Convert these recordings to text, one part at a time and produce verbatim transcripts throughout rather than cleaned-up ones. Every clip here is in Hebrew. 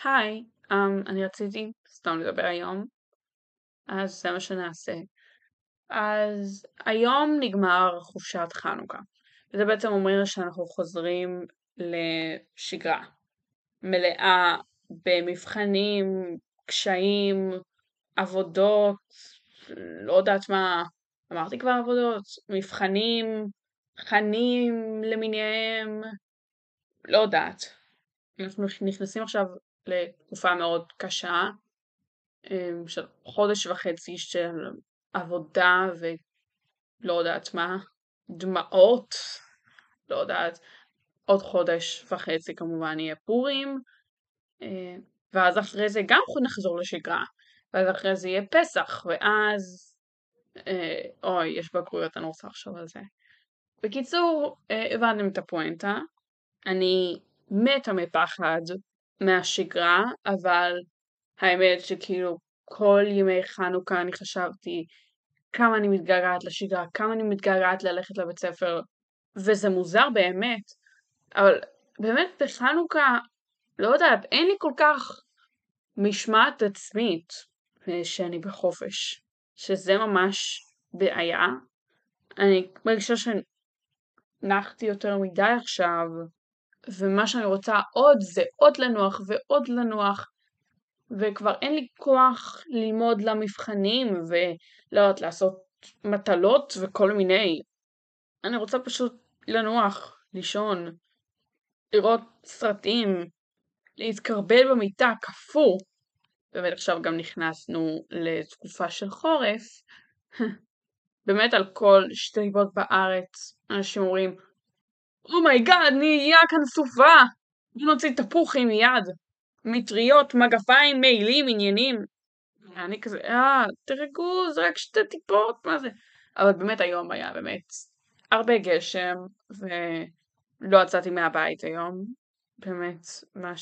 היי, um, אני רציתי סתם לדבר היום, אז זה מה שנעשה. אז היום נגמר חופשת חנוכה, וזה בעצם אומר שאנחנו חוזרים לשגרה מלאה במבחנים, קשיים, עבודות, לא יודעת מה, אמרתי כבר עבודות, מבחנים, תכנים למיניהם, לא יודעת. אנחנו נכנסים עכשיו לתקופה מאוד קשה, אמ, של חודש וחצי של עבודה ולא יודעת מה, דמעות, לא יודעת, עוד חודש וחצי כמובן יהיה פורים, אה, ואז אחרי זה גם נחזור לשגרה, ואז אחרי זה יהיה פסח, ואז, אה, אוי, יש בגרויות, אני רוצה לחשוב על זה. בקיצור, אה, הבנתם את הפואנטה, אני מתה מפחד מהשגרה, אבל האמת שכאילו כל ימי חנוכה אני חשבתי כמה אני מתגעגעת לשגרה, כמה אני מתגעגעת ללכת לבית ספר, וזה מוזר באמת, אבל באמת בחנוכה, לא יודעת, אין לי כל כך משמעת עצמית שאני בחופש, שזה ממש בעיה. אני מרגישה שנחתי יותר מדי עכשיו, ומה שאני רוצה עוד זה עוד לנוח ועוד לנוח, וכבר אין לי כוח ללמוד למבחנים ולא יודעת לעשות מטלות וכל מיני. אני רוצה פשוט לנוח, לישון, לראות סרטים, להתקרבל במיטה, קפוא. באמת עכשיו גם נכנסנו לתקופה של חורף. באמת על כל שתי ליבות בארץ אנשים אומרים, אומייגאד, נהיה כאן סופה, בוא נוציא תפוחים מיד, מטריות, מגפיים, מעילים, עניינים. אני כזה, אה, תרגעו, זה רק שתי טיפות, מה זה? אבל באמת היום היה באמת הרבה גשם, ולא יצאתי מהבית היום. באמת, מה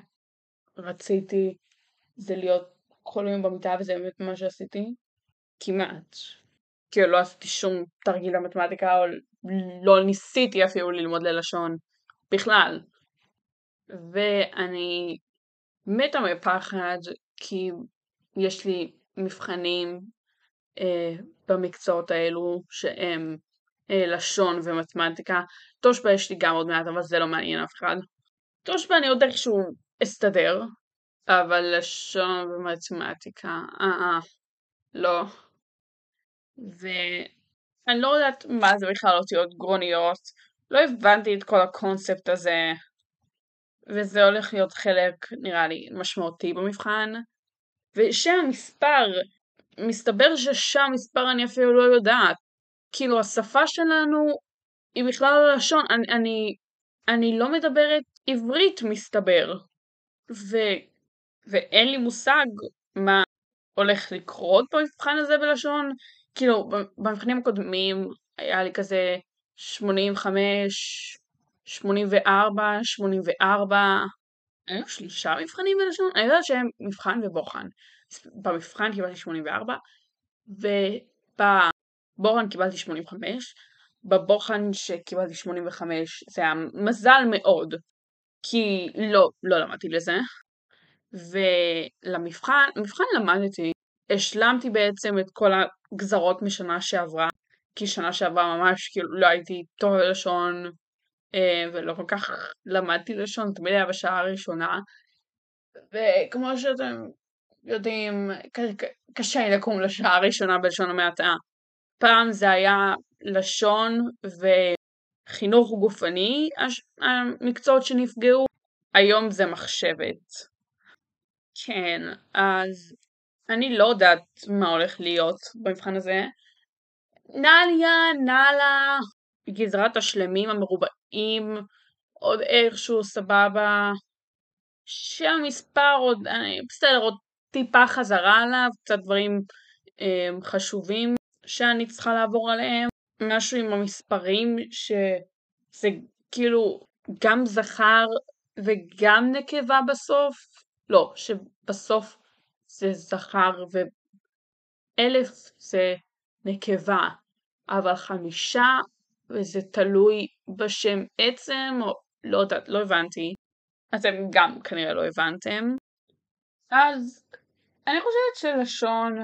שרציתי זה להיות כל יום במיטה, וזה באמת מה שעשיתי. כמעט. כאילו לא עשיתי שום תרגיל למתמטיקה, או לא ניסיתי אפילו ללמוד ללשון. בכלל. ואני מתה מפחד, כי יש לי מבחנים אה, במקצועות האלו שהם אה, לשון ומתמטיקה. תושבע יש לי גם עוד מעט, אבל זה לא מעניין אף אחד. תושבע אני עוד איכשהו אסתדר, אבל לשון ומתמטיקה, אה אה, לא. ואני לא יודעת מה זה בכלל אותיות גרוניות, לא הבנתי את כל הקונספט הזה, וזה הולך להיות חלק נראה לי משמעותי במבחן. ושם המספר, מסתבר ששם מספר אני אפילו לא יודעת. כאילו השפה שלנו היא בכלל לא לשון, אני, אני, אני לא מדברת עברית מסתבר. ו, ואין לי מושג מה הולך לקרות במבחן הזה בלשון. כאילו במבחנים הקודמים היה לי כזה שמונים וחמש, שמונים וארבע, שמונים וארבע, היו שלושה מבחנים בלשון, אני יודעת שהם מבחן ובוחן. במבחן קיבלתי שמונים וארבע, ובבוחן קיבלתי שמונים וחמש, בבוחן שקיבלתי שמונים וחמש זה היה מזל מאוד, כי לא, לא למדתי לזה, ולמבחן, מבחן למדתי, השלמתי בעצם את כל הגזרות משנה שעברה, כי שנה שעברה ממש כאילו לא הייתי טוב בלשון, ולא כל כך למדתי לשון, תמיד היה בשעה הראשונה, וכמו שאתם יודעים, קשה לי לקום לשעה הראשונה בלשון המעטה. פעם זה היה לשון וחינוך גופני, המקצועות שנפגעו, היום זה מחשבת. כן, אז אני לא יודעת מה הולך להיות במבחן הזה. נליה, נאלה, גזרת השלמים המרובעים, עוד איכשהו סבבה, שהמספר עוד, אני, בסדר, עוד טיפה חזרה עליו, קצת דברים אה, חשובים שאני צריכה לעבור עליהם, משהו עם המספרים שזה כאילו גם זכר וגם נקבה בסוף, לא, שבסוף זה זכר ואלף זה נקבה, אבל חמישה וזה תלוי בשם עצם, או לא יודעת, לא הבנתי. אתם גם כנראה לא הבנתם. אז אני חושבת שלשון,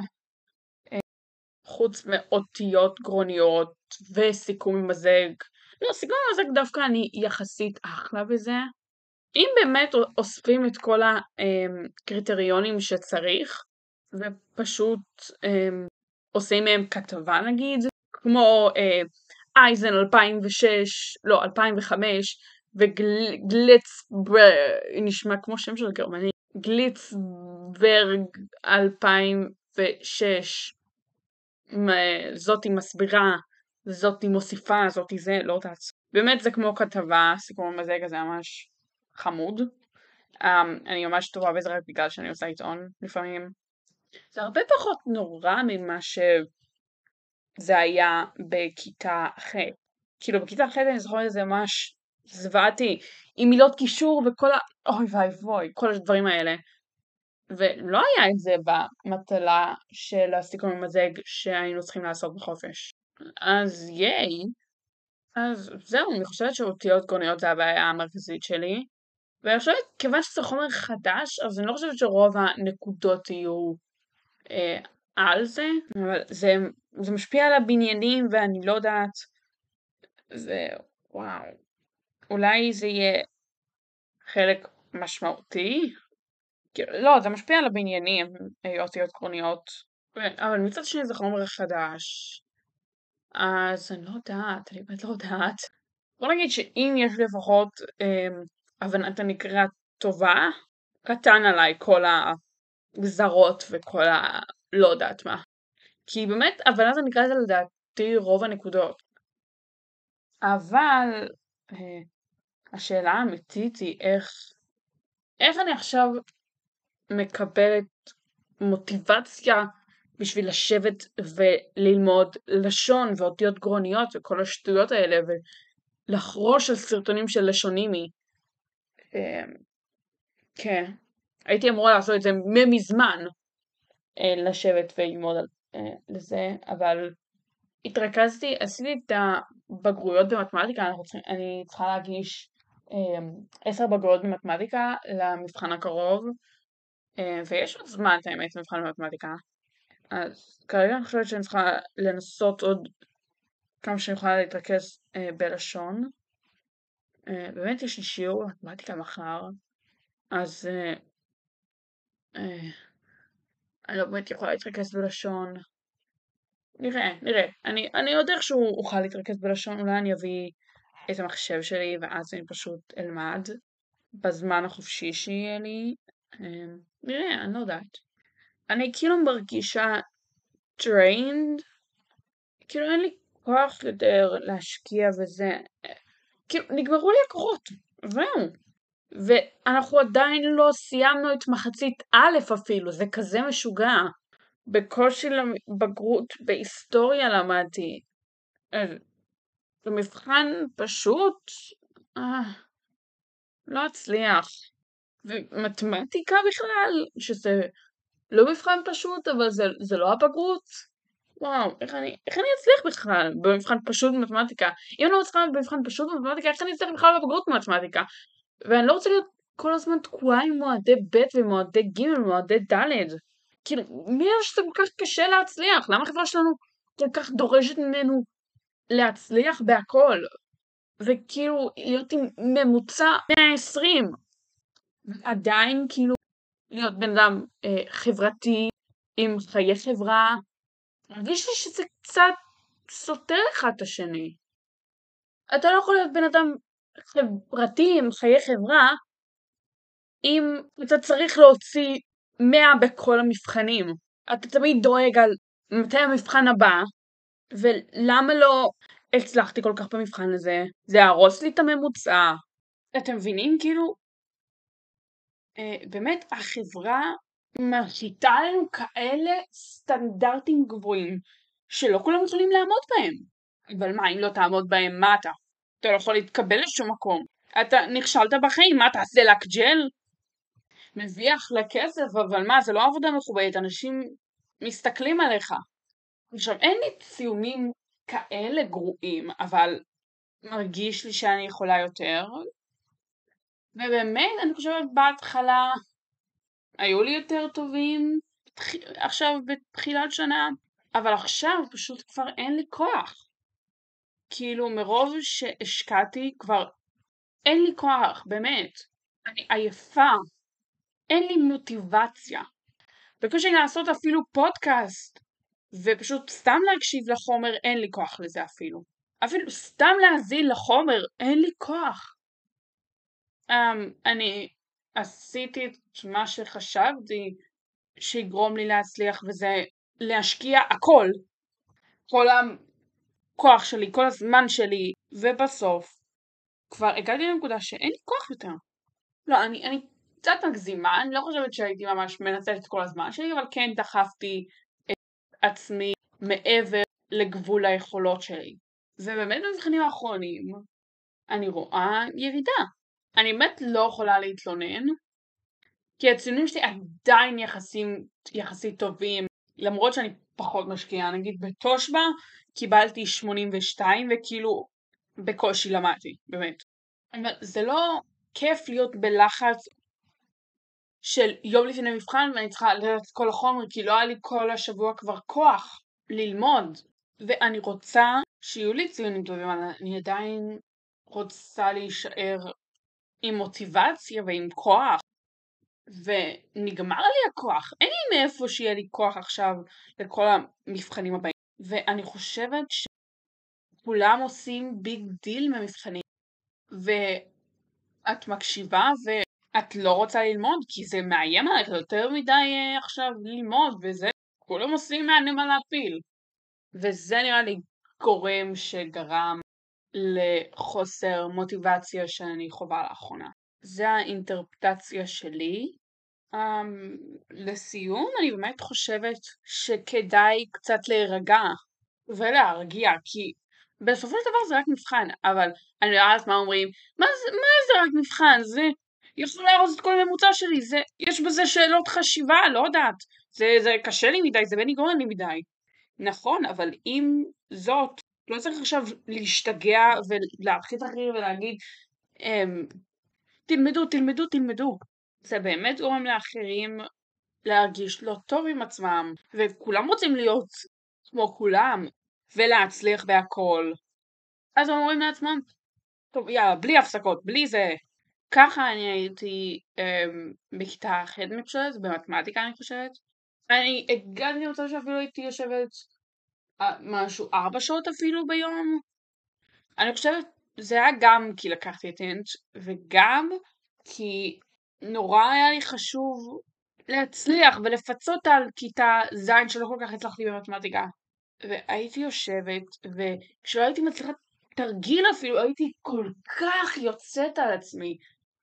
חוץ מאותיות גרוניות וסיכום ממזג, לא, סיכום ממזג דווקא אני יחסית אחלה בזה. אם באמת אוספים את כל הקריטריונים שצריך, ופשוט אמ, עושים מהם כתבה נגיד, כמו אה, אייזן אלפיים ושש, לא, אלפיים וחמש, וגליץ, נשמע כמו שם של גרמני, גליצברג אלפיים ושש, מ- זאתי מסבירה, זאתי מוסיפה, זאתי זה, לא יודעת. באמת זה כמו כתבה, סיכום המזג הזה ממש חמוד. Um, אני ממש טובה בזה רק בגלל שאני עושה עיתון לפעמים. זה הרבה פחות נורא ממה שזה היה בכיתה ח'. כאילו בכיתה ח' אני זוכרת את זה ממש זוועתי, עם מילות קישור וכל ה... אוי ואי ווי, כל הדברים האלה. ולא היה את זה במטלה של הסיכום המזג שהיינו צריכים לעשות בחופש. אז ייי. אז זהו, אני חושבת שאותיות גרוניות זה הבעיה המרכזית שלי. ואני חושבת, כיוון שזה חומר חדש, אז אני לא חושבת שרוב הנקודות יהיו אה, על זה, אבל זה, זה משפיע על הבניינים ואני לא יודעת, זה, וואו, אולי זה יהיה חלק משמעותי? כאילו, לא, זה משפיע על הבניינים, אה, אותיות קרוניות, אבל מצד שני זה חומר חדש, אז אני לא יודעת, אני באמת לא יודעת. בוא נגיד שאם יש לפחות אה, הבנת הנקרא טובה, קטן עליי כל הגזרות וכל ה... לא יודעת מה. כי באמת, הבנת הנקרא זה לדעתי רוב הנקודות. אבל אה, השאלה האמיתית היא איך, איך אני עכשיו מקבלת מוטיבציה בשביל לשבת וללמוד לשון ואותיות גרוניות וכל השטויות האלה ולחרוש על סרטונים של לשונימי. אה, כן, הייתי אמורה לעשות את זה מזמן, אה, לשבת וללמוד על אה, לזה, אבל התרכזתי, עשיתי את הבגרויות במתמטיקה, אנחנו צריכים, אני צריכה להגיש אה, עשר בגרויות במתמטיקה למבחן הקרוב, אה, ויש עוד זמן את האמת מבחן במתמטיקה, אז כרגע אני חושבת שאני צריכה לנסות עוד כמה שאני יכולה להתרכז אה, בלשון. אה, באמת יש לי שיעור במתמטיקה מחר, אז אה, אה, אני לא באמת יכולה להתרכז בלשון. נראה, נראה. אני, אני עוד איכשהו אוכל להתרכז בלשון, אולי אני אביא את המחשב שלי ואז אני פשוט אלמד בזמן החופשי שיהיה לי. אמ, נראה, אני לא יודעת. אני כאילו מרגישה drained, כאילו אין לי כוח יותר להשקיע וזה. כאילו נגמרו לי הקורות, זהו. ואנחנו עדיין לא סיימנו את מחצית א' אפילו, זה כזה משוגע. בקושי לבגרות בהיסטוריה למדתי. אה, זה מבחן פשוט, אה, לא אצליח. ומתמטיקה בכלל, שזה לא מבחן פשוט, אבל זה, זה לא הבגרות. וואו, איך אני, איך אני אצליח בכלל במבחן פשוט במתמטיקה? אם אני לא מצליחה במבחן פשוט במתמטיקה, איך אני אצליח בכלל בבגרות במתמטיקה? ואני לא רוצה להיות כל הזמן תקועה עם מועדי ב' ומועדי ג' ומועדי ד'. כאילו, מי יודע שזה כל כך קשה להצליח? למה החברה שלנו כל כך דורשת ממנו להצליח בהכל? וכאילו, להיות עם ממוצע מאה ועשרים. עדיין כאילו, להיות בן אדם אה, חברתי, עם חיי חברה. מרגיש לי שזה קצת סותר אחד את השני. אתה לא יכול להיות בן אדם חברתי עם חיי חברה, אם אתה צריך להוציא מאה בכל המבחנים. אתה תמיד דואג על מתי המבחן הבא, ולמה לא הצלחתי כל כך במבחן הזה. זה יהרוס לי את הממוצע. אתם מבינים? כאילו, אה, באמת החברה מרחיתה עלינו כאלה סטנדרטים גבוהים, שלא כולם יכולים לעמוד בהם. אבל מה, אם לא תעמוד בהם, מה אתה? אתה לא יכול להתקבל לשום מקום. אתה נכשלת בחיים, מה תעשה לקג'ל? מביא אחלה כסף, אבל מה, זה לא עבודה מכובדת, אנשים מסתכלים עליך. עכשיו, אין לי ציונים כאלה גרועים, אבל מרגיש לי שאני יכולה יותר. ובאמת, אני חושבת בהתחלה, היו לי יותר טובים עכשיו בתחילת שנה, אבל עכשיו פשוט כבר אין לי כוח. כאילו מרוב שהשקעתי כבר אין לי כוח, באמת. אני עייפה, אין לי מוטיבציה. בקושי לעשות אפילו פודקאסט, ופשוט סתם להקשיב לחומר, אין לי כוח לזה אפילו. אפילו סתם להזין לחומר, אין לי כוח. Um, אני עשיתי את מה שחשבתי שיגרום לי להצליח, וזה להשקיע הכל. כל הכוח שלי, כל הזמן שלי, ובסוף כבר הגעתי לנקודה שאין לי כוח יותר. לא, אני, אני קצת מגזימה, אני לא חושבת שהייתי ממש מנצלת את כל הזמן שלי, אבל כן דחפתי את עצמי מעבר לגבול היכולות שלי. ובאמת במבחנים האחרונים אני רואה ירידה. אני באמת לא יכולה להתלונן, כי הציונים שלי עדיין יחסים, יחסית טובים, למרות שאני פחות משקיעה. נגיד בתושבע קיבלתי שמונים ושתיים וכאילו בקושי למדתי, באמת. אבל זה לא כיף להיות בלחץ של יום לפני מבחן ואני צריכה לדעת את כל החומר, כי לא היה לי כל השבוע כבר כוח ללמוד. ואני רוצה שיהיו לי ציונים טובים, אבל אני עדיין רוצה להישאר עם מוטיבציה ועם כוח. ונגמר לי הכוח, אין לי מאיפה שיהיה לי כוח עכשיו לכל המבחנים הבאים. ואני חושבת שכולם עושים ביג דיל ממבחנים, ואת מקשיבה ואת לא רוצה ללמוד כי זה מאיים עליך יותר מדי אה, עכשיו ללמוד, וזה כולם עושים מעניין להפיל, וזה נראה לי גורם שגרם לחוסר מוטיבציה שאני חווה לאחרונה. זה האינטרפטציה שלי. Um, לסיום, אני באמת חושבת שכדאי קצת להירגע ולהרגיע, כי בסופו של דבר זה רק מבחן, אבל אני יודעת מה אומרים, מה זה, מה זה רק מבחן? זה יכול להרוס את כל הממוצע שלי, זה, יש בזה שאלות חשיבה, לא יודעת, זה, זה קשה לי מדי, זה בני גורן לי מדי. נכון, אבל עם זאת, לא צריך עכשיו להשתגע ולהרחיק אחרים ולהגיד, אמ, תלמדו, תלמדו, תלמדו. זה באמת גורם לאחרים להרגיש לא טוב עם עצמם, וכולם רוצים להיות כמו כולם, ולהצליח בהכל. אז הם אומרים לעצמם, טוב יאללה, בלי הפסקות, בלי זה. ככה אני הייתי אמ, בכיתה ח' אני חושבת, במתמטיקה אני חושבת. אני הגעתי למצב שאפילו הייתי יושבת אה, משהו ארבע שעות אפילו ביום. אני חושבת, זה היה גם כי לקחתי את אינץ' וגם כי נורא היה לי חשוב להצליח ולפצות על כיתה זין שלא כל כך הצלחתי במתמטיקה. והייתי יושבת, וכשלא הייתי מצליחה תרגיל אפילו, הייתי כל כך יוצאת על עצמי.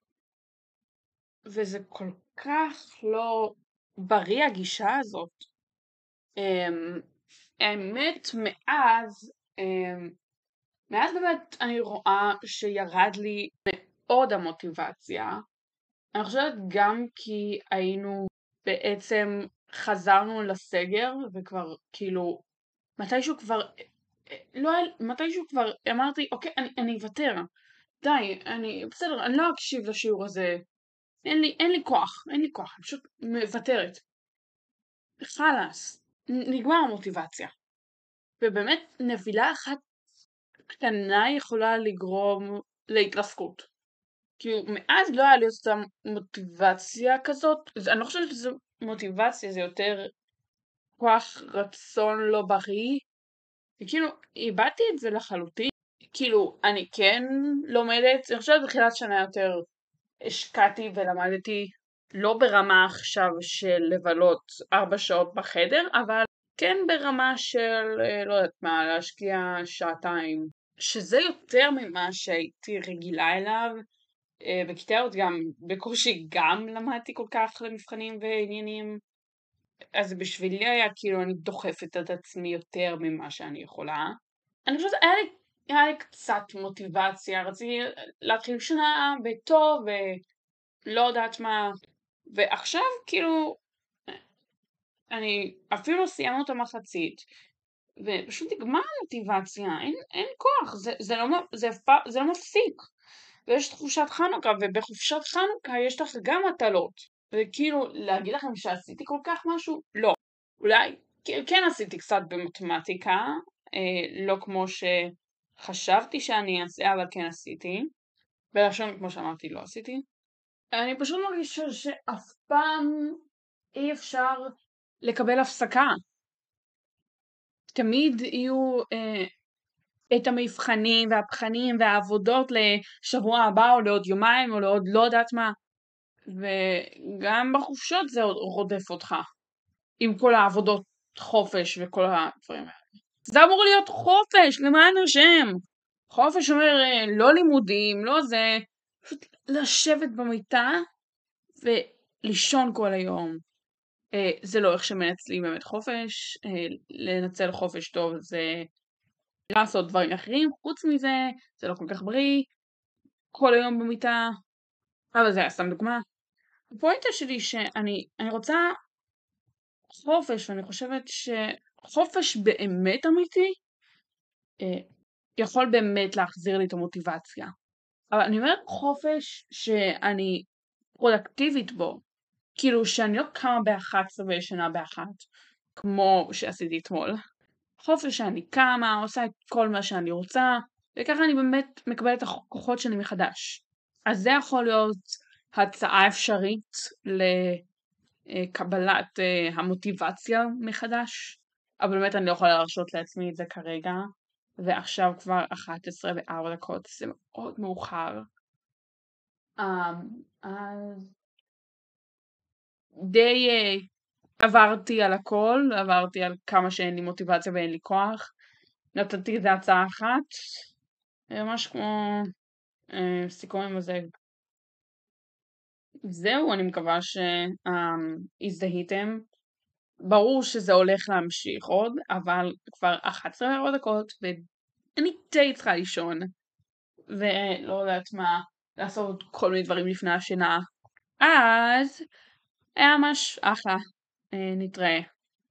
וזה כל כך לא בריא הגישה הזאת. Um, האמת, מאז, um, מאז באמת אני רואה שירד לי מאוד המוטיבציה. אני חושבת גם כי היינו בעצם חזרנו לסגר וכבר כאילו מתישהו כבר לא מתישהו כבר אמרתי אוקיי אני אני אוותר, די, אני בסדר, אני לא אקשיב לשיעור הזה, אין לי אין לי כוח אין לי כוח אני פשוט מוותרת, חלאס, נגמר המוטיבציה. ובאמת נפילה אחת קטנה יכולה לגרום להתרסקות. כאילו מאז לא היה לי אותה מוטיבציה כזאת, אני לא חושבת שזה מוטיבציה, זה יותר כוח רצון לא בריא, וכאילו איבדתי את זה לחלוטין. כאילו אני כן לומדת, אני חושבת בתחילת שנה יותר השקעתי ולמדתי, לא ברמה עכשיו של לבלות ארבע שעות בחדר, אבל כן ברמה של לא יודעת מה, להשקיע שעתיים, שזה יותר ממה שהייתי רגילה אליו. בכיתה עוד גם בקושי גם למדתי כל כך למבחנים ועניינים, אז בשבילי היה כאילו אני דוחפת את עצמי יותר ממה שאני יכולה. אני חושבת היה לי, היה לי קצת מוטיבציה, רציתי להתחיל שנה בטוב ולא יודעת מה, ועכשיו כאילו אני אפילו סיימנו את המחצית ופשוט נגמר המוטיבציה, אין, אין כוח, זה, זה, לא, זה, זה לא מפסיק. ויש תחושת חנוכה, ובחופשת חנוכה יש לך גם מטלות. וכאילו, להגיד לכם שעשיתי כל כך משהו? לא. אולי, כן עשיתי קצת במתמטיקה, אה, לא כמו שחשבתי שאני אעשה, אבל כן עשיתי. בלשון, כמו שאמרתי, לא עשיתי. אני פשוט מרגישה שאף פעם אי אפשר לקבל הפסקה. תמיד יהיו אה, את המבחנים והבחנים והעבודות לשבוע הבא או לעוד יומיים או לעוד לא יודעת מה. וגם בחופשות זה רודף אותך. עם כל העבודות חופש וכל הדברים האלה. זה אמור להיות חופש, למען השם. חופש אומר לא לימודים, לא זה. פשוט לשבת במיטה ולישון כל היום. זה לא איך שמנצלים באמת חופש. לנצל חופש טוב זה לעשות דברים אחרים. חוץ מזה, זה לא כל כך בריא. כל היום במיטה. אבל זה היה סתם דוגמה. הפואנטה שלי שאני אני רוצה חופש, ואני חושבת שחופש באמת אמיתי יכול באמת להחזיר לי את המוטיבציה. אבל אני אומרת חופש שאני פרודקטיבית בו. כאילו שאני לא קמה באחת עשרה וישנה באחת, כמו שעשיתי אתמול. חופש שאני קמה, עושה את כל מה שאני רוצה, וככה אני באמת מקבלת את הכוחות שלי מחדש. אז זה יכול להיות הצעה אפשרית לקבלת המוטיבציה מחדש, אבל באמת אני לא יכולה להרשות לעצמי את זה כרגע, ועכשיו כבר אחת עשרה וארבע דקות, זה מאוד מאוחר. אז די עברתי על הכל, עברתי על כמה שאין לי מוטיבציה ואין לי כוח, נתתי את זה הצעה אחת, ממש כמו אה, סיכום עם הזה. זהו, אני מקווה שהזדהיתם. ברור שזה הולך להמשיך עוד, אבל כבר אחת עשרה וארבע דקות, ואני די צריכה לישון, ולא יודעת מה, לעשות כל מיני דברים לפני השינה. אז היה ממש אחלה, נתראה.